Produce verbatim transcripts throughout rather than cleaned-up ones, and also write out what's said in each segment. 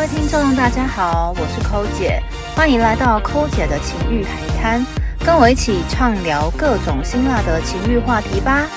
位听众大家好，我是抠姐，欢迎来到抠姐的情欲海滩，跟我一起畅聊各种辛辣的情欲话题吧。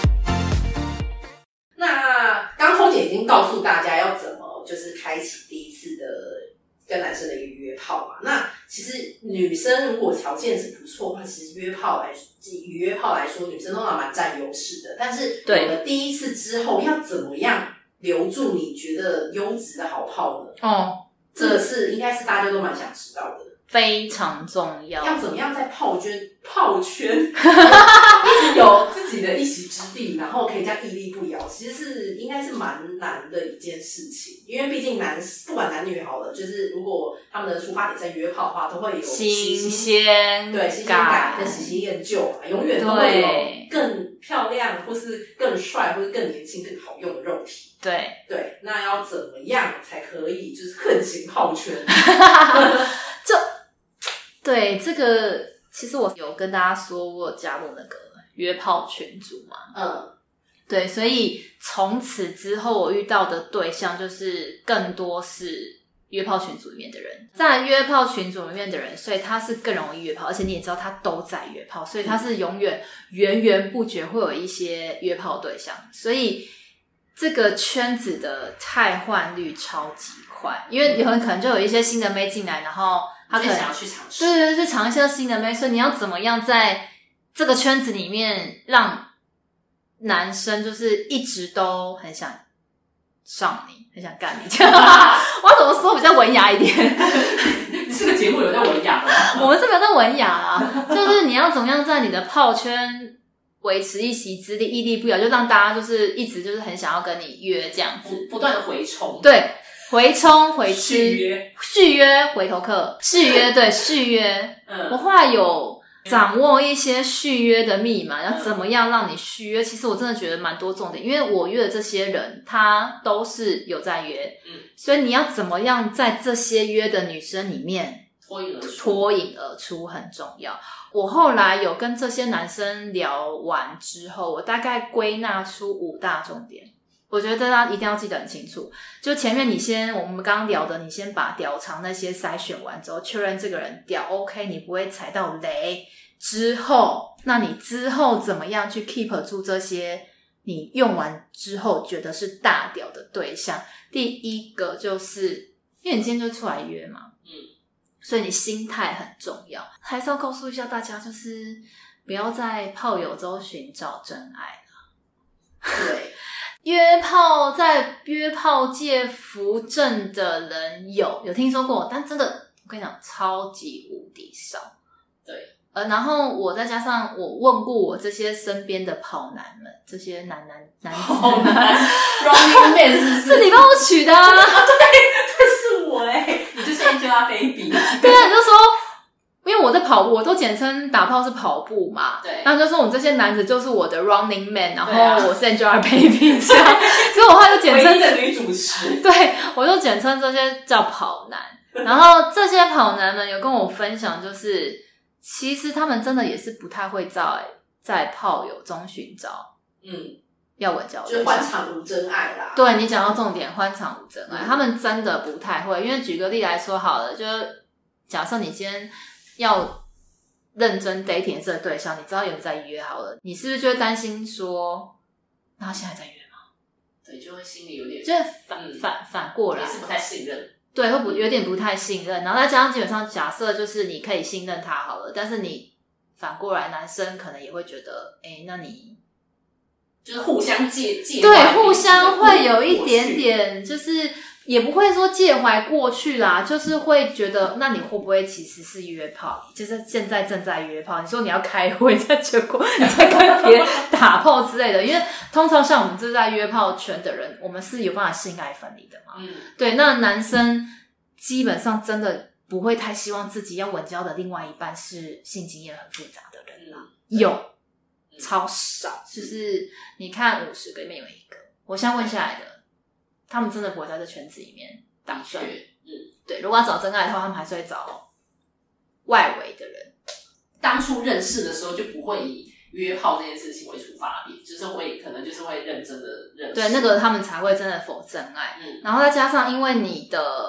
那刚抠姐已经告诉大家要怎么就是开启第一次的跟男生的一个约炮嘛。那其实女生如果条件是不错的话，其实约炮来以约炮来说，女生都还蛮占优势的。但是有了第一次之后，要怎么样留住你觉得优质的好炮呢？ 哦， 这个是应该是大家都蛮想知道的， 非常重要。 要怎么样在炮圈炮圈一直有自己的一席之地，然后可以这样屹立不摇，其实是应该是蛮难的一件事情。因为毕竟男不管男女好了，就是如果他们的出发点在约炮的话，都会有新鲜对新鲜感跟喜新厌旧嘛，永远都会有更漂亮或是更帅或是更年轻更好用的肉体。 对对，那要怎么样才可以就是横行炮圈？ 这对这个，其实我有跟大家说，我有加入那个约炮群组嘛。 嗯， 对，所以从此之后，我遇到的对象就是更多是约炮群组里面的人，在约炮群组里面的人，所以他是更容易约炮，而且你也知道他都在约炮，所以他是永远源源不绝会有一些约炮对象，所以这个圈子的汰换率超级快，因为有人可能就有一些新的妹进来，然后他可能想要去尝试， 对对对，去尝一下新的妹，所以你要怎么样在这个圈子里面让男生就是一直都很想上你，很想干你。我要怎么说比较文雅一点？ 你这个节目有在文雅吗？ 我们是没有在文雅啊，就是你要怎么样在你的炮圈维持一席之地，屹立不摇，就让大家就是一直就是很想要跟你约这样子， 不断的回冲， 对，回冲回吃续约续约回头客续约对续约。 嗯， 我后来有掌握一些续约的密码，要怎么样让你续约？其实我真的觉得蛮多重点，因为我约的这些人，他都是有在约， 嗯， 所以你要怎么样在这些约的女生里面脱颖而出， 脱颖而出很重要。我后来有跟这些男生聊完之后，我大概归纳出五大重点。我觉得大家一定要记得很清楚，就前面你先我们刚刚聊的，你先把屌长那些筛选完之后，确认这个人屌 OK， 你不会踩到雷之后，那你之后怎么样去 keep 住这些你用完之后觉得是大屌的对象？第一个就是因为你今天就出来约嘛， 嗯， 所以你心态很重要，还是要告诉一下大家，就是不要在炮友中寻找真爱啦。 对。 约炮在约炮界扶正的人有有听说过，但真的我跟你讲超级无敌少。 对， 呃，然后我再加上我问过我这些身边的炮男们，这些男男男子炮男 ，Running Man 是不是？ 是你帮我取的啊？ 啊对，这是我哎、欸，你就是 Angelababy。 对啊，你就说。因为我在跑步，我都简称打炮是跑步嘛， 对， 然后就说我们这些男子就是我的 running man， 然后我是 Angelababy 这样，所以我后来就简称唯一的女主持， 对，我就简称这些叫跑男。然后这些跑男们有跟我分享，就是其实他们真的也是不太会在在炮友中寻找， 嗯， 要稳交， 就是欢场无真爱啦。 对，你讲到重点，欢场无真爱，嗯、他们真的不太会。因为举个例来说好了，就是假设你今天要认真 dating 这个对象，你知道有没有在约好了，你是不是就会担心说，那他现在在约吗？ 对，就会心里有点， 就是反、嗯、反反过来， 也是不太信任， 对，会不有点不太信任。然后再加上基本上假设就是你可以信任他好了，但是你反过来，男生可能也会觉得，哎，那你就是互相介介对，互相会有一点点就是。也不会说介怀过去啦，就是会觉得，那你会不会其实是约炮？就是现在正在约炮，你说你要开会，但结果你在跟别人打炮之类的。因为通常像我们这在约炮圈的人，我们是有办法性爱分离的嘛。嗯，对，那男生基本上真的不会太希望自己要稳交的另外一半是性经验很复杂的人啦。嗯、有、嗯、超少，就是你看五十个里面有一个，我现在问下来的。他们真的不会在这圈子里面打算，嗯，对。如果要找真爱的话，他们还是会找外围的人。 当初认识的时候就不会以约炮这件事情为出发点，就是会可能就是会认真的认识。 对，那个他们才会真的否真爱。嗯，然后再加上因为你的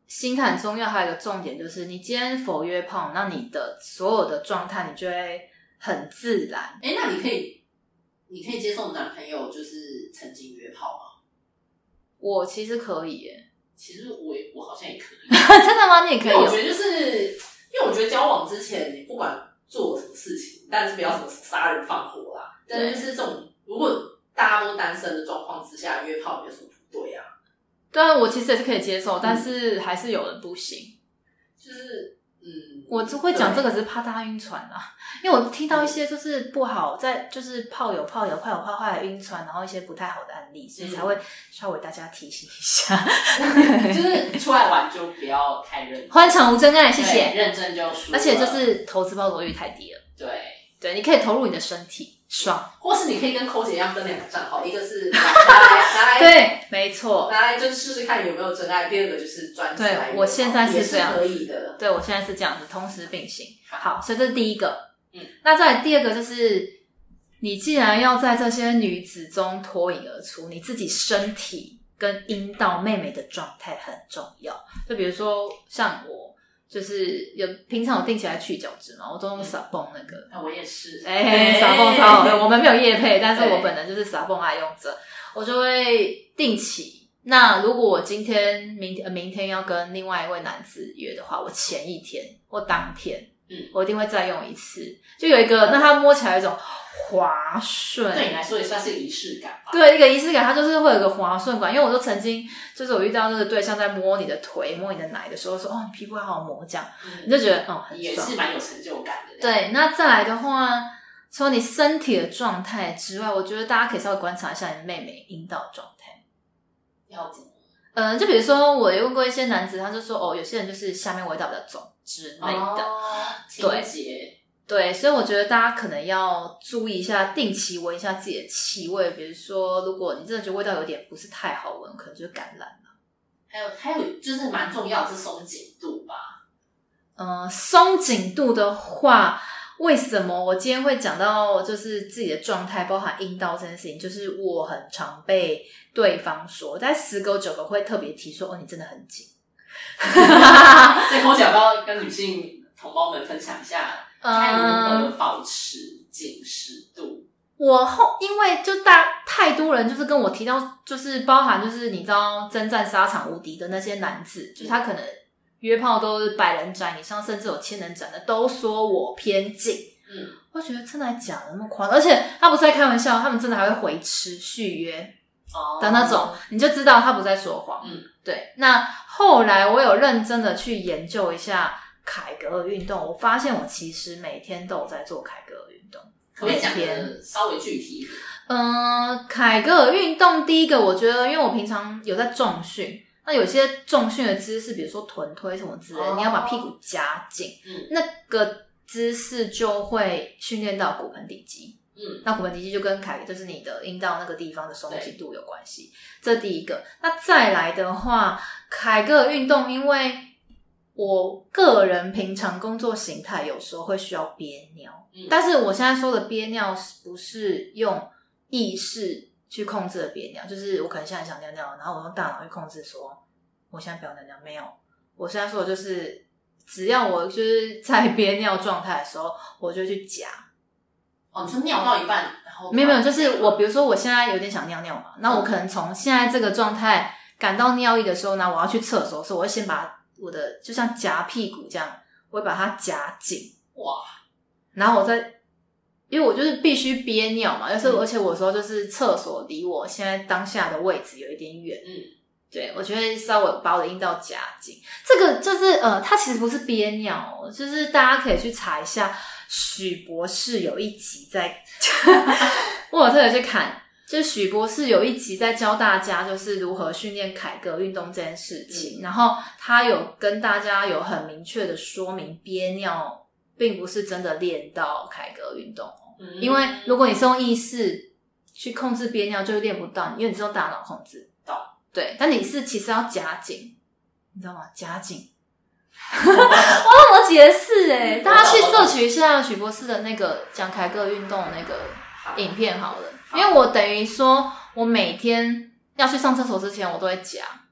心态很重要，还有一个重点就是你今天否约炮，那你的所有的状态你就会很自然。 哎，那你可以你可以接受男朋友就是曾经约炮吗？ 我其实可以耶。 其实我也我好像也可以。 真的吗？你也可以？ 因为我觉得就是因为我觉得交往之前你不管做什么事情，但是不要什么杀人放火啦，但是就是这种如果大家都单身的状况之下约炮有什么不对啊？ 对啊，我其实也是可以接受，但是还是有人不行。 就是嗯， 我只会讲这个只是怕大家晕船啦，因为我听到一些就是不好，在就是炮友炮友炮友炮坏晕船，然后一些不太好的案例，所以才会稍微大家提醒一下。 就是出来玩就不要太认真， 欢场无真爱，谢谢。 认真就输了， 而且就是投资报酬率太低了。 对对，你可以投入你的身体，爽。 或是你可以跟抠姐一样分两个账号，一个是拿来拿来对，没错， 拿来就试试看有没有真爱，第二个就是专辑来。 对，我现在是这样子， 可以的。 对，我现在是这样子，同时并行。好，所以这是第一个。 嗯， 那再来第二个就是，你既然要在这些女子中脱颖而出，你自己身体跟阴道妹妹的状态很重要。就比如说像我。就是有平常有定期来去角质嘛，我都用撒泵那个。 那、嗯、我也是。 哎、欸，撒泵超好用。我们没有业配，但是我本人就是撒泵爱用者，我就会定期。那如果我今天明天、呃、明天要跟另外一位男子约的话，我前一天或当天，嗯，我一定会再用一次。就有一个，那它摸起来有一种滑顺， 对你来说也算是仪式感吧。 对，一个仪式感，它就是会有一个滑顺感。因为我就曾经就是我遇到那个对象在摸你的腿、摸你的奶的时候说，哦，你皮肤好好摸，这样、嗯、你就觉得哦很爽， 也是蛮有成就感的。 对，那再来的话，除了你身体的状态之外，我觉得大家可以稍微观察一下你妹妹阴道的状态。 要怎么？ 嗯、呃，就比如说我也问过一些男子，他就说哦，有些人就是下面味道比较重之类的， 哦、 对。 清洁。 对，所以我觉得大家可能要注意一下，定期闻一下自己的气味。比如说，如果你真的觉得味道有点不是太好闻，可能就是感染了。 还有，还有就是蛮重要的是松紧度吧。 嗯、呃，松紧度的话，为什么我今天会讲到就是自己的状态，包含阴道这件事情？就是我很常被对方说，但十个九个会特别提说，哦，你真的很紧。 所以我想要跟女性同胞们分享一下。该如何保持紧实度？ 我后因为就大太多人就是跟我提到，就是包含就是你知道征战沙场无敌的那些男子，就是他可能约炮都是百人斩以上，甚至有千人斩的，都说我偏紧。嗯，我觉得真的假的那么夸张？而且他不是在开玩笑，他们真的还会回吃续约的那种，你就知道他不在说谎。嗯，对。那后来我有认真的去研究一下凯格尔运动，我发现我其实每天都有在做凯格尔运动。 可以讲的稍微具体一点。 嗯，凯格尔运动第一个，我觉得因为我平常有在重训，那有些重训的姿势，比如说臀推什么之类的，哦、你要把屁股夹紧，嗯，那个姿势就会训练到骨盆底肌。嗯，那骨盆底肌就跟凯就是你的阴道那个地方的松紧度有关系。这第一个。那再来的话，凯格尔运动，因为我个人平常工作形态有时候会需要憋尿、嗯、但是我现在说的憋尿不是用意识去控制的憋尿，就是我可能现在想尿尿，然后我用大脑去控制说我现在不要尿尿，没有，我现在说的就是只要我就是在憋尿状态的时候，我就去夹。 哦，你说尿到一半然后没有没有，就是我比如说我现在有点想尿尿嘛，那我可能从现在这个状态感到尿意的时候呢，我要去厕所的时候，我会先把我的就像夹屁股这样，我会把它夹紧，哇！然后我再，因为我就是必须憋尿嘛，就是、嗯、而且我说就是厕所离我现在当下的位置有一点远，嗯，对，我就会稍微把我的阴道夹紧。这个就是呃，它其实不是憋尿哦，就是大家可以去查一下，许博士有一集在，我有特别去看。就是许博士有一集在教大家就是如何训练凯格运动这件事情、嗯、然后他有跟大家有很明确的说明憋尿并不是真的练到凯格运动、嗯、因为如果你是用意识去控制憋尿就练不到，因为你是用大脑控制到，对，但你是其实要夹紧，你知道吗？夹紧我怎么解释欸，大家去摄取一下许博士的那个讲凯格运动的那个影片好了，因为我等于说我每天要去上厕所之前我都会夹，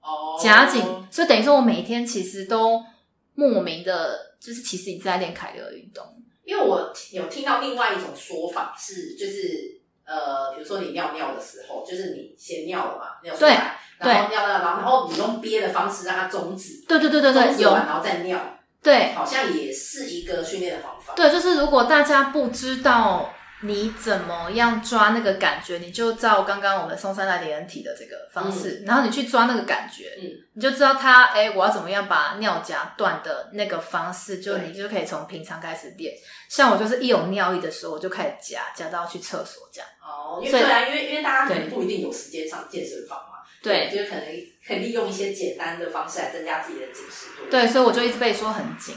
哦， 夹紧，所以等于说我每天其实都莫名的，就是其实你在练凯格尔运动。 因为我有听到另外一种说法是，就是呃，比如说你尿尿的时候，就是你先尿了嘛，尿出来，然后尿到，然后你用憋的方式让它终止， 对对对对对， 有，然后再尿， 对， 好像也是一个训练的方法。 对，就是如果大家不知道你怎么样抓那个感觉，你就照刚刚我们松山来连体的这个方式，嗯、然后你去抓那个感觉，嗯，你就知道它，哎，我要怎么样把尿夹断的那个方式，就你就可以从平常开始练。像我就是一有尿意的时候，我就开始夹，夹到去厕所这样。 哦，因为对啊，因为因为大家可能不一定有时间上健身房嘛，对，就可能可以利用一些简单的方式来增加自己的紧实度。 对，所以我就一直被说很紧。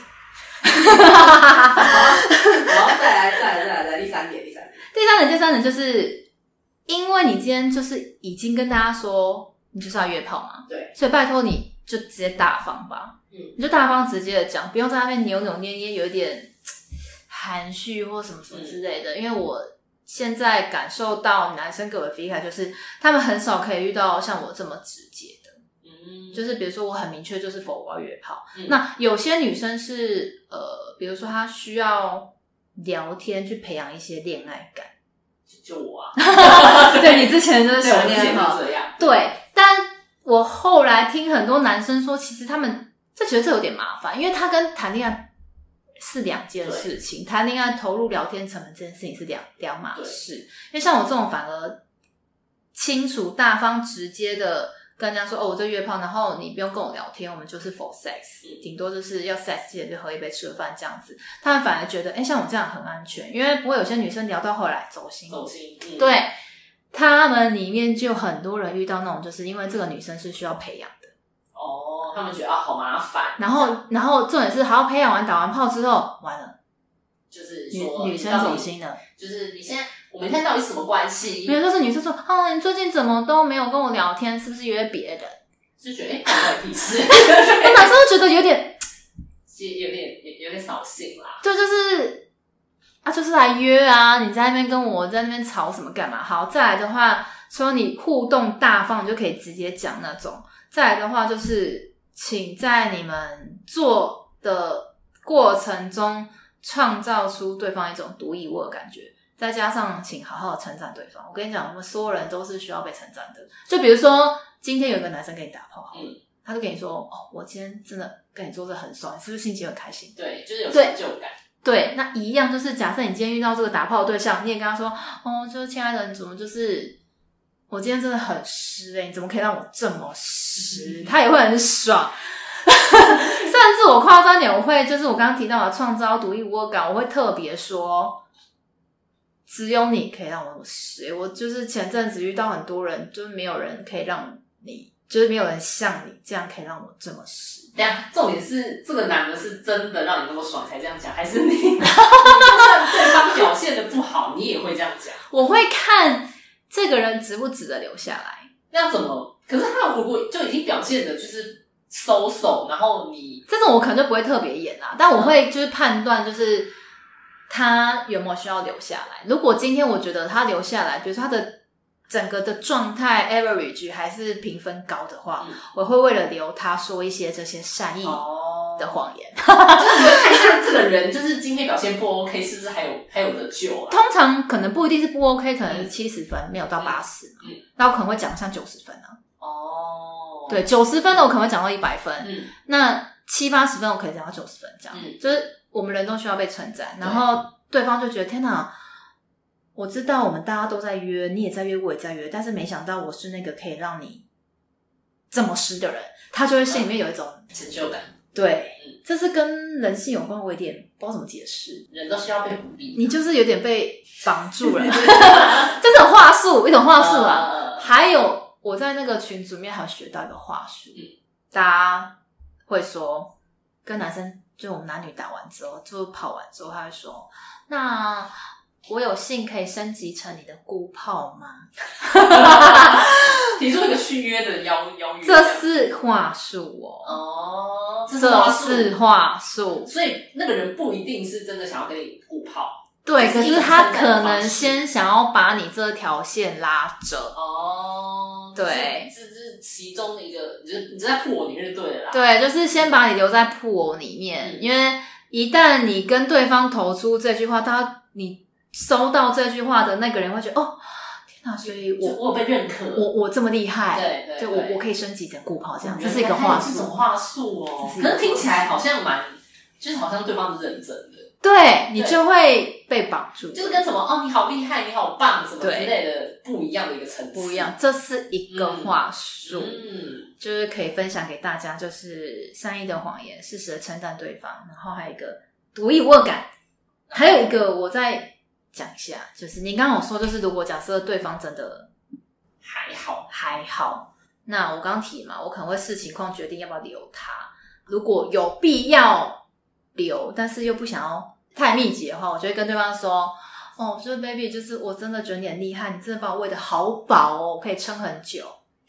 然后再来，再来，再来，再来，第三点，第三点， 第三点，第三点，就是因为你今天就是已经跟大家说你就是要约炮嘛， 对， 所以拜托你就直接大方吧，嗯，你就大方直接的讲，不用在那边扭扭捏捏，有一点含蓄或什么什么之类的。嗯、因为我现在感受到男生给我的 feedback 就是他们很少可以遇到像我这么直接的。就是比如说我很明确就是否我要约炮、嗯、那有些女生是呃，比如说她需要聊天去培养一些恋爱感， 就我啊对，你之前就是喜欢恋爱炮这样， 对，但我后来听很多男生说其实他们就觉得这有点麻烦，因为他跟谈恋爱是两件事情，谈恋爱投入聊天成本这件事情是两两码事，因为像我这种反而清楚大方直接的跟人家说哦，我在约炮，然后你不用跟我聊天，我们就是 for sex， 顶多就是要 sex 之前就喝一杯吃个饭这样子。他们反而觉得，哎，像我这样很安全，因为不会有些女生聊到后来走心， 走心，嗯、 对，他们里面就很多人遇到那种，就是因为这个女生是需要培养的， 哦，他们觉得啊好麻烦， 然后然后重点是，好培养完打完炮之后，完了， 就是说女女生走心了， 就是你现在。我们现在到底什么关系？ 没有，就是女生说，哦，你最近怎么都没有跟我聊天，是不是约别人？ 就觉得哎，关我屁事。 我男生都觉得有点， 有点有点扫兴啦。 对，就是啊，就是来约啊，你在那边跟我在那边吵什么干嘛？好，再来的话，说你互动大方，你就可以直接讲那种。再来的话，就是请在你们做的过程中创造出对方一种独一无二的感觉。再加上请好好的称赞对方，我跟你讲，我们所有人都是需要被称赞的。就比如说今天有一个男生跟你打炮好了、嗯、他就跟你说哦，我今天真的跟你做这很爽，你是不是心情很开心？ 对，就是有成就感。 对，那一样就是假设你今天遇到这个打炮的对象，你也跟他说哦，就是亲爱的，你怎么就是我今天真的很湿欸，你怎么可以让我这么湿、嗯、他也会很爽。甚至我夸张点，我会就是我刚刚提到的创造独一无二感，我会特别说只有你可以让我那么湿。我就是前阵子遇到很多人，就是没有人可以让你，就是没有人像你这样可以让我这么湿。 等一下，重点是这个男的是真的让你那么爽才这样讲，还是你就算对方表现的不好，你也会这样讲？ 我会看这个人值不值得留下来。 那怎么？可是他如果就已经表现的就是收手，然后你这种我可能就不会特别演啦，但我会就是判断就是他有没有需要留下来。如果今天我觉得他留下来，比如说他的整个的状态 average 还是评分高的话、嗯、我会为了留他说一些这些善意的谎言、 哦、就是你会看一下这个人就是今天表现不 OK 是不是还有还有得救啊。 通常可能不一定是不 OK， 可能是七十分、嗯、没有到八十、嗯嗯、那我可能会讲像九十分啊。哦，对，九十分的我可能会讲到一百分、嗯、那七八十分我可以讲到九十分这样、嗯、就是我们人都需要被称赞，然后对方就觉得天哪，我知道我们大家都在约，你也在约，我也在约，但是没想到我是那个可以让你这么湿的人，他就会心里面有一种成就感。 对、嗯、这是跟人性有关，我有点不知道怎么解释。 人都需要被鼓励， 你就是有点被绑住了这是种话术，一种话术啊、呃、还有我在那个群组里面还有学到一个话术、嗯、大家会说跟男生就我们男女打完之后，就跑完之后，他会说：“那我有幸可以升级成你的孤炮吗？” 提出一个续约的邀邀约， 这是话术哦。 哦，这是话术，这是话术。 所以那个人不一定是真的想要跟你孤炮， 对，可是他可能先想要把你这条线拉着。 哦， 对， 这是其中的一个，你就你就在铺我里面就对了啦。 对，就是先把你留在铺我里面，嗯、因为一旦你跟对方投出这句话，他你收到这句话的那个人会觉得哦。那所以我， 我有被认可， 我我这么厉害， 对对， 就我我可以升级成顾炮这样，这是一个话术， 这种话术哦。可是听起来好像蛮，就是好像对方是认真的， 对你就会被绑住， 就是跟什么哦你好厉害，你好棒什么之类的不一样的一个层次， 不一样，这是一个话术， 嗯， 就是可以分享给大家，就是善意的谎言，适时的称赞对方，然后还有一个独一无二感，还有一个我在。讲一下，就是你刚刚有说，就是如果假设对方真的还好还好，那我刚刚提嘛，我可能会视情况决定要不要留他。如果有必要留，但是又不想要太密集的话，我就会跟对方说：“哦，就是 baby， 就是我真的觉得你很厉害，你真的把我喂得好饱哦，我可以撑很久。”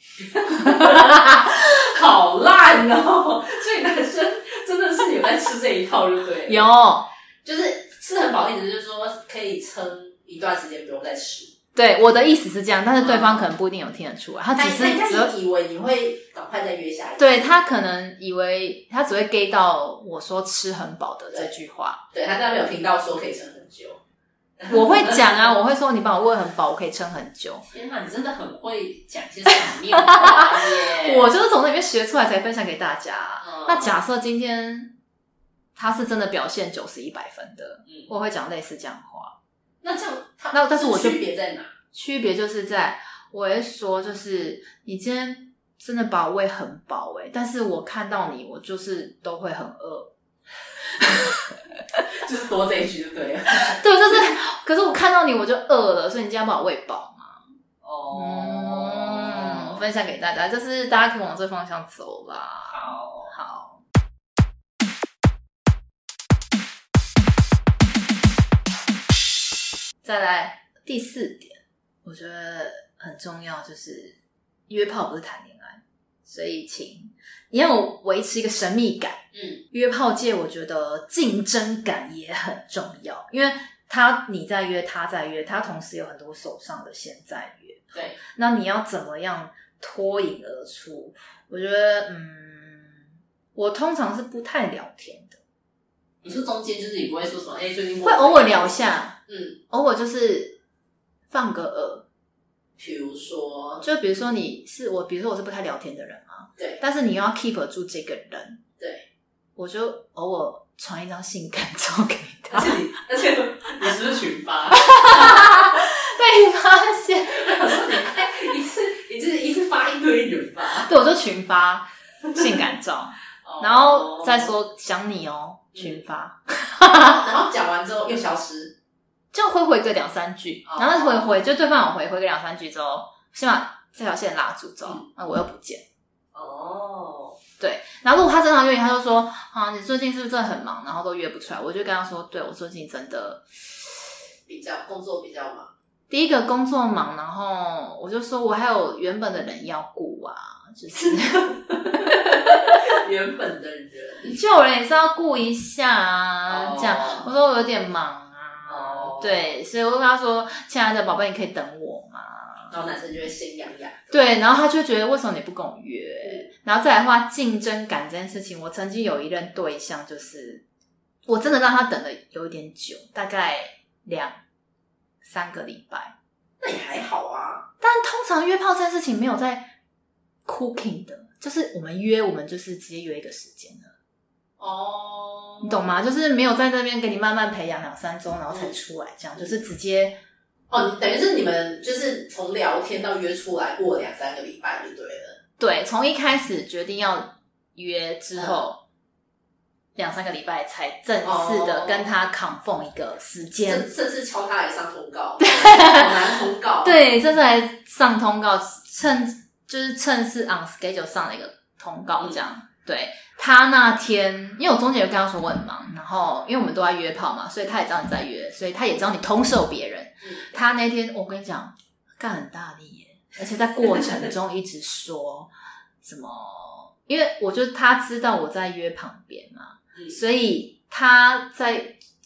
好烂哦！所以男生真的是有在吃这一套，对不对？ 有， 就是。吃很饱，意思就是说可以撑一段时间不用再吃。 对，我的意思是这样，但是对方可能不一定有听得出来，他只是只有以为你会赶快再约下一次。 对，他可能以为他只会 get 到我说吃很饱的这句话， 对，他当然没有听到说可以撑很久。 我会讲啊，我会说你把我喂很饱，我可以撑很久。 天哪，你真的很会讲一些场面话耶！ 我就是从那里面学出来才分享给大家。嗯、那假设今天。他是真的表现九十一百分的，嗯，我会讲类似这样的话。 那这样， 那但是我就区别在哪？ 区别就是在，我会说，就是你今天真的把我喂很饱诶、欸，但是我看到你，我就是都会很饿， 就是多这一句就对了。 对，就是，可是我看到你我就饿了，所以你今天把我喂饱嘛。 哦， 嗯，我分享给大家，就是大家可以往这方向走啦。 好， 好。再来第四点，我觉得很重要，就是约炮不是谈恋爱，所以请你要维持一个神秘感。 嗯， 约炮界我觉得竞争感也很重要，因为他你在约，他在约，他同时有很多手上的线在约。 对， 那你要怎么样脱颖而出？我觉得，嗯，我通常是不太聊天的。 你说中间就是也不会说什么，哎、欸，最近会偶尔聊一下， 嗯， 偶尔就是放个饵， 比如说， 就比如说你是我，比如说我是不太聊天的人嘛， 对， 但是你要 keep 住这个人， 对， 我就偶尔传一张性感照给他， 而且你，而且你是不是群发？ 被发现， 我说你一次，你就是一次发一堆人吧？ 对，我就群发性感照，然后再说想你哦。群发， 然后讲完之后又消失， 就回回个两三句，哦、然后回回就对方有回回个两三句之后，先把这条线拉住之后，那、嗯、我又不见。 哦， 对，然后如果他真的愿意，他就说啊，你最近是不是真的很忙，然后都约不出来？我就跟他说，对我最近真的比较工作比较忙。 第一个工作忙，然后我就说我还有原本的人要顾啊，就是原本的人， 就有人也是要顾一下啊。 Oh. 这样我说我有点忙啊， Oh. 对，所以我跟他说，亲爱的宝贝，你可以等我吗？ 然后男生就会心痒痒， 对，然后他就觉得为什么你不跟我约？嗯、然后再来的话，竞争感这件事情，我曾经有一任对象，就是我真的让他等了有一点久，大概两三个礼拜。 那也还好啊。 但通常约炮这件事情没有在 cooking 的，就是我们约，我们就是直接约一个时间了。 哦， 你懂吗？就是没有在那边给你慢慢培养两三周，然后才出来，这样、嗯、就是直接。 哦，等于是你们就是从聊天到约出来过两三个礼拜就对了。 对，从一开始决定要约之后。嗯两三个礼拜才正式的跟他 confirm 一个时间， 甚甚至敲他来上通告，好难通告。 对，这是来上通告，趁就是趁是 on schedule 上了一个通告，这样。嗯、对他那天，因为我中间有跟他说我很忙，然后因为我们都在约炮嘛，所以他也知道你在约，所以他也知道你通射别人。嗯、他那天我跟你讲，干很大力耶，而且在过程中一直说什么，因为我就他知道我在约旁边嘛。所以他在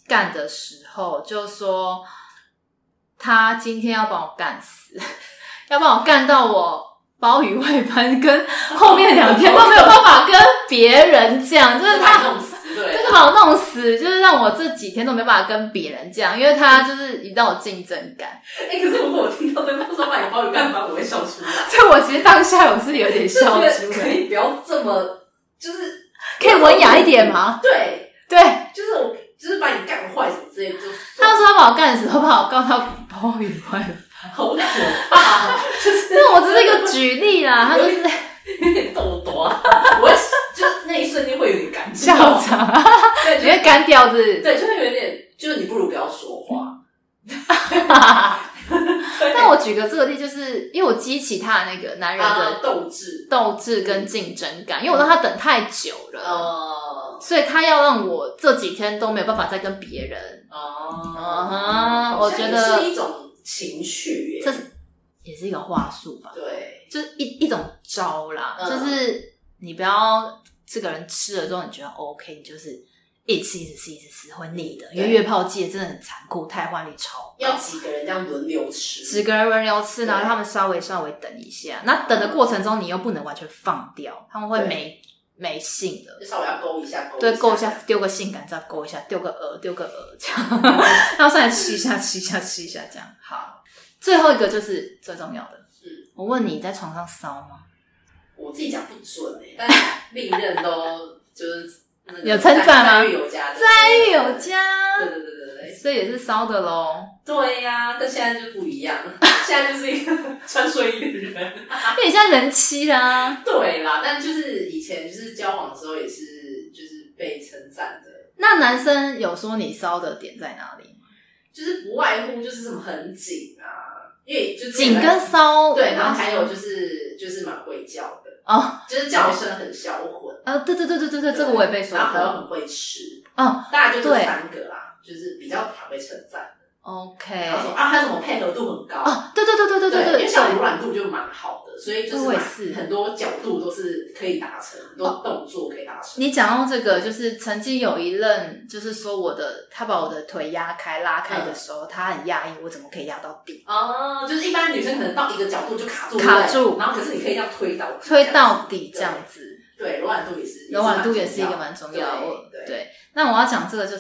干的时候，就说他今天要把我干死，要把我干到我包鱼外翻，跟后面两天都没有办法跟别人讲，就是他弄死，对， 就是把我弄死，就是让我这几天都没办法跟别人讲，因为他就是一道有竞争感。 哎、欸，可是如果我听到对方说把你包鱼干翻，我会笑出来。 所以我其实当下我是有点笑出来， 可以不要这么，就是可以文雅一点吗？ 对对， 就是我就是把你干坏什么之类的，就他说他把我干死，他把我告到包鱼外翻。 好可怕！就是， 那我只是一个举例啦，他就是有点逗多，我会就是那一瞬间会有点干笑场， 对， 因为干掉子， 对，就会有点，就是你不如不要说话。 但我举个这个例，就是因为我激起他的那个男人的斗志、 斗志跟竞争感，因为我让他等太久了， 哦、 所以他要让我这几天都没有办法再跟别人。 哦， 我觉得是一种。情绪耶， 这是也是一个话术吧？ 对， 就是一一种招啦、嗯，就是你不要这个人吃了之后你觉得 OK， 你就是一直吃一直吃一直吃会腻的，因为约炮界真的很残酷，汰换率超高， 要几个人这样轮流吃， 几个人轮流吃，然后他们稍微稍微等一下，那等的过程中你又不能完全放掉，他们会没没性的， 就稍微要勾一下，勾一下， 对，勾一下，丢个性感，再勾一下，丢个鹅，丢个鹅，这样，然后上来吃一下，吃一下，吃一下，这样。好，最后一个就是最重要的，嗯，我问你在床上骚吗？ 我自己讲不准诶、欸，但是历任都就是那个有称赞吗？ 赞誉有加的， 赞誉有加， 对对对对对， 所以也是骚的咯。 对呀、啊，但现在就不一样，现在就是一个穿睡衣的人， 因为你现在人妻啦、啊。 对啦，但就是以前就是交往的时候也是就是被称赞的。 那男生有说你骚的点在哪里吗？ 就是不外乎就是什么很紧啊，因为就紧跟骚， 对，然后还有就是就是蛮会叫的哦， 就是叫声很销魂啊，对对对对对对，这个我也被说过， 然后还有很会吃， 哦， 大概就这三个啦，就是比较常被称赞的。 OK， 然后说啊，他什么配合度很高哦，对对对对对对对， 因为像柔软度就蛮好的，所以就是是很多角度都是可以达成，很多动作可以达成。 你讲到这个，就是曾经有一任，就是说我的他把我的腿压开拉开的时候，嗯、他很讶异，我怎么可以压到底？ 哦，就是一般女生可能到一个角度就卡住， 卡住， 然后可是你可以这样推到底推到底这样子。 对，柔软度也是， 柔软度也是一个蛮重要的。对，对那我要讲这个就是。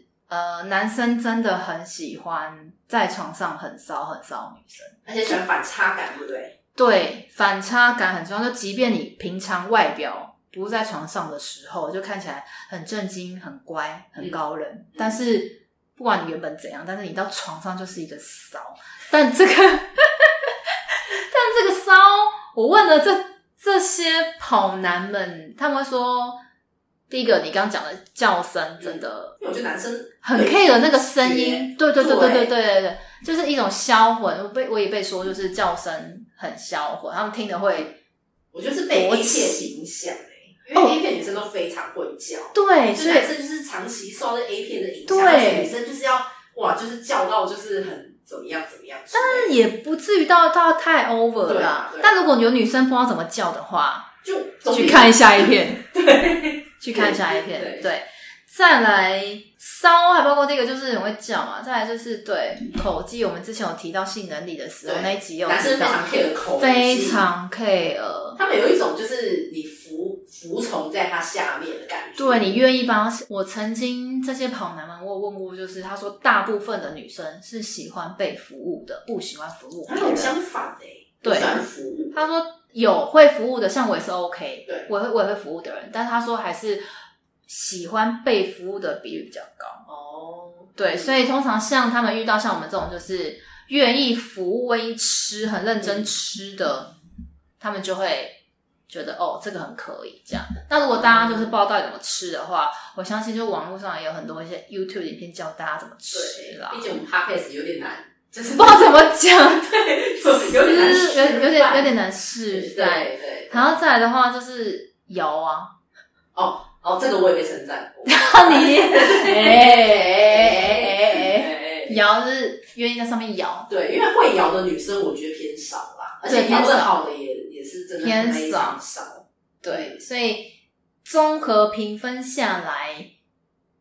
呃，男生真的很喜欢在床上很骚很骚的女生， 而且喜欢反差感，对不对？ 对，反差感很重要。就即便你平常外表不是在床上的时候，就看起来很正经、很乖、很高冷，嗯、但是不管你原本怎样，但是你到床上就是一个骚。但这个，但这个骚，我问了这这些跑男们，他们会说。第一个，你刚刚讲的叫声真的， 因为我觉得男生很 care 那个声音，对对对对对对对对，就是一种销魂。我被我也被说，就是叫声很销魂，他们听的会， 我觉得是被 A 片影响诶、欸，因为 A 片女生都非常会叫， 对， 所以男生就是长期受这 A 片的影响，对，女生就是要哇，就是叫到就是很怎么样怎么样， 但是也不至于到到太 over 啦。但如果有女生不知道怎么叫的话， 就去看下一片， 对。 去看下一片，对，对再来骚还包括这个就是很会叫嘛，再来就是对口技，我们之前有提到性能力的时候那一集有提到， 男生非常 care 口技， 非常 care， 他们有一种就是你服服从在他下面的感觉， 对你愿意帮他。我曾经这些跑男们我有问过，就是他说大部分的女生是喜欢被服务的，不喜欢服务别人， 他有相反诶、欸， 对， 喜欢服务， 他说有会服务的，像我也是 OK， 对， 我也会我也会服务的人，但是他说还是喜欢被服务的比率比较高。 哦， 对，所以通常像他们遇到像我们这种就是愿意服务、愿意吃、很认真吃的，嗯、他们就会觉得哦，这个很可以这样。那如果大家就是不知道到底怎么吃的话，我相信就网络上也有很多一些 YouTube 影片教大家怎么吃啦。 毕竟我们 Podcast 有点难。就是不知道怎么讲， 对，有点难示范， 有有点有点难示范。 对对。 然后再来的话就是摇啊， 哦哦，这个我也被称赞过。 你哎哎哎哎，摇是愿意在上面摇。 对，因为会摇的女生我觉得偏少啦，而且摇得好的也也是真的偏非常少。 对，所以综合评分下来。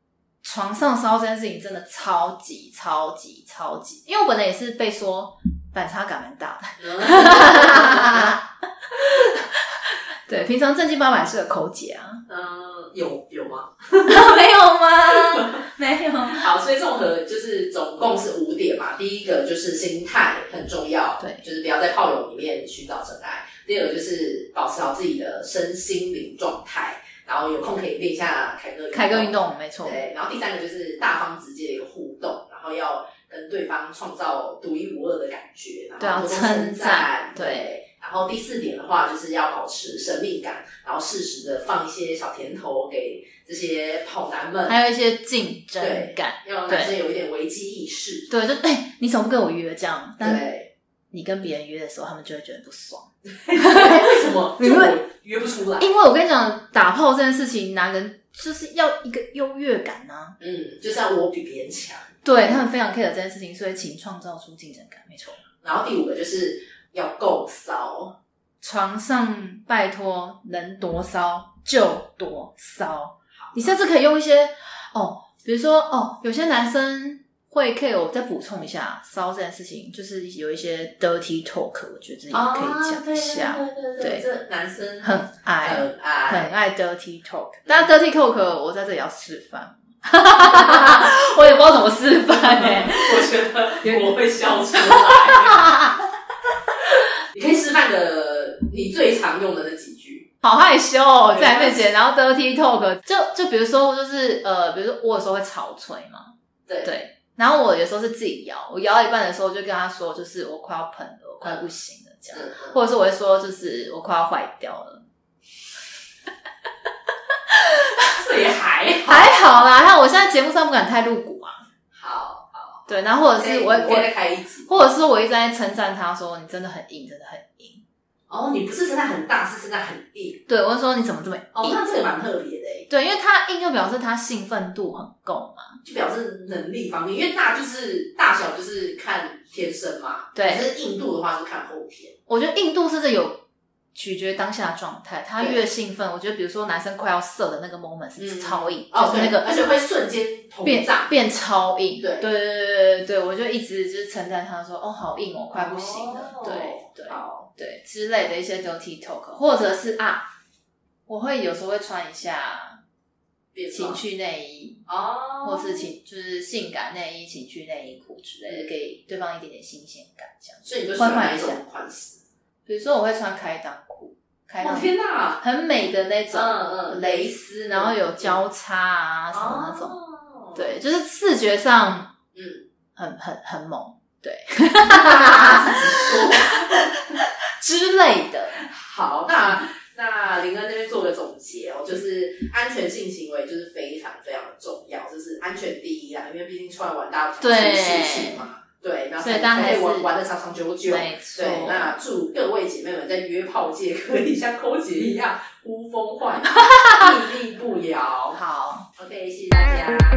床上骚这件事情真的超级超级超级，因为我本来也是被说反差感蛮大的。对，平常正经八百是个抠姐啊。 嗯、呃，有有吗？ 没有吗？没有。 好，所以综合就是总共是五点嘛。第一个就是心态很重要， 对， 就是不要在炮友里面寻找真爱。第二个就是保持好自己的身心灵状态，然后有空可以练一下凯歌凯歌运动，没错。 对，然后第三个就是大方直接的一个互动，然后要跟对方创造独一无二的感觉，然后多多称赞，对。然后第四点的话，就是要保持神秘感，然后适时的放一些小甜头给这些跑男们， 还有一些竞争感， 要男生有一点危机意识。 对，就哎、欸，你怎么不跟我约这样？但对， 你跟别人约的时候，他们就会觉得不爽。 为什么？就我约不出来？ 因为我跟你讲，打炮这件事情，男人就是要一个优越感啊。 嗯，就是要我比别人强。 对，他们非常 care 这件事情，所以请创造出竞争感，没错。 然后第五个就是要够骚， 床上拜托能多骚就多骚。你甚至可以用一些哦，比如说哦，有些男生会 care， 我再补充一下骚这件事情，就是有一些 dirty talk， 我觉得这里可以讲一下。 哦、对对对对，这男生很爱很爱很爱 dirty talk， 但 dirty talk 我在这里要示范。我也不知道怎么示范哎、欸， 我觉得我会笑出来。你可以示范个你最常用的那几句。 好害羞哦，在面前，然后 dirty talk， 就就比如说就是呃，比如说我有时候会潮吹嘛， 对对，然后我有时候是自己摇，我摇到一半的时候就跟他说，就是我快要喷了，我快不行了这样， 嗯嗯、 或者是我会说就是我快要坏掉了。 这也还好， 还好啦，看我现在节目上不敢太露骨啊。 好好， 对，然后或者是我我再开一集， 或者是我一直在称赞他说你真的很硬，真的很硬。 哦，你不是称赞很大，是称赞很硬。 对，我就说你怎么这么硬？ 哦，那这个蛮特别的诶。 对，因为他硬就表示他兴奋度很够嘛， 就表示能力方面，因为大就是大小就是看天生嘛， 对， 可是硬度的话是看后天。 我觉得硬度是有取决当下的状态，他越兴奋，我觉得比如说男生快要射的那个 moment 是超硬， 嗯、 就是那个， 哦、而且会瞬间变胀变超硬。 对对对对对对，我就一直就是称赞他说，哦，好硬哦，快不行了， 哦、 对对好对之类的一些 dirty talk， 或者是啊，我会有时候会穿一下情趣内衣哦， 或是情就是性感内衣、情趣内衣裤之类的，给对方一点点新鲜感，这样。 所以你就喜欢哪一种款式？ 比如说我会穿开裆裤，开裆裤， 哦天哪， 很美的那种， 嗯嗯， 蕾丝，然后有交叉啊、嗯、什么那种， 哦、 对，就是视觉上， 嗯， 很很很猛，对， 自己说之类的。 好，那那林恩那边做个总结哦，就是安全性行为就是非常非常的重要，就是安全第一啦，因为毕竟出来玩大家不想出事情嘛。对，那才可以玩玩的长长久久。 没错。 对，那祝各位姐妹们在约炮界可以像抠姐一样呼风唤雨，屹立不摇。 好 ，OK， 谢谢大家。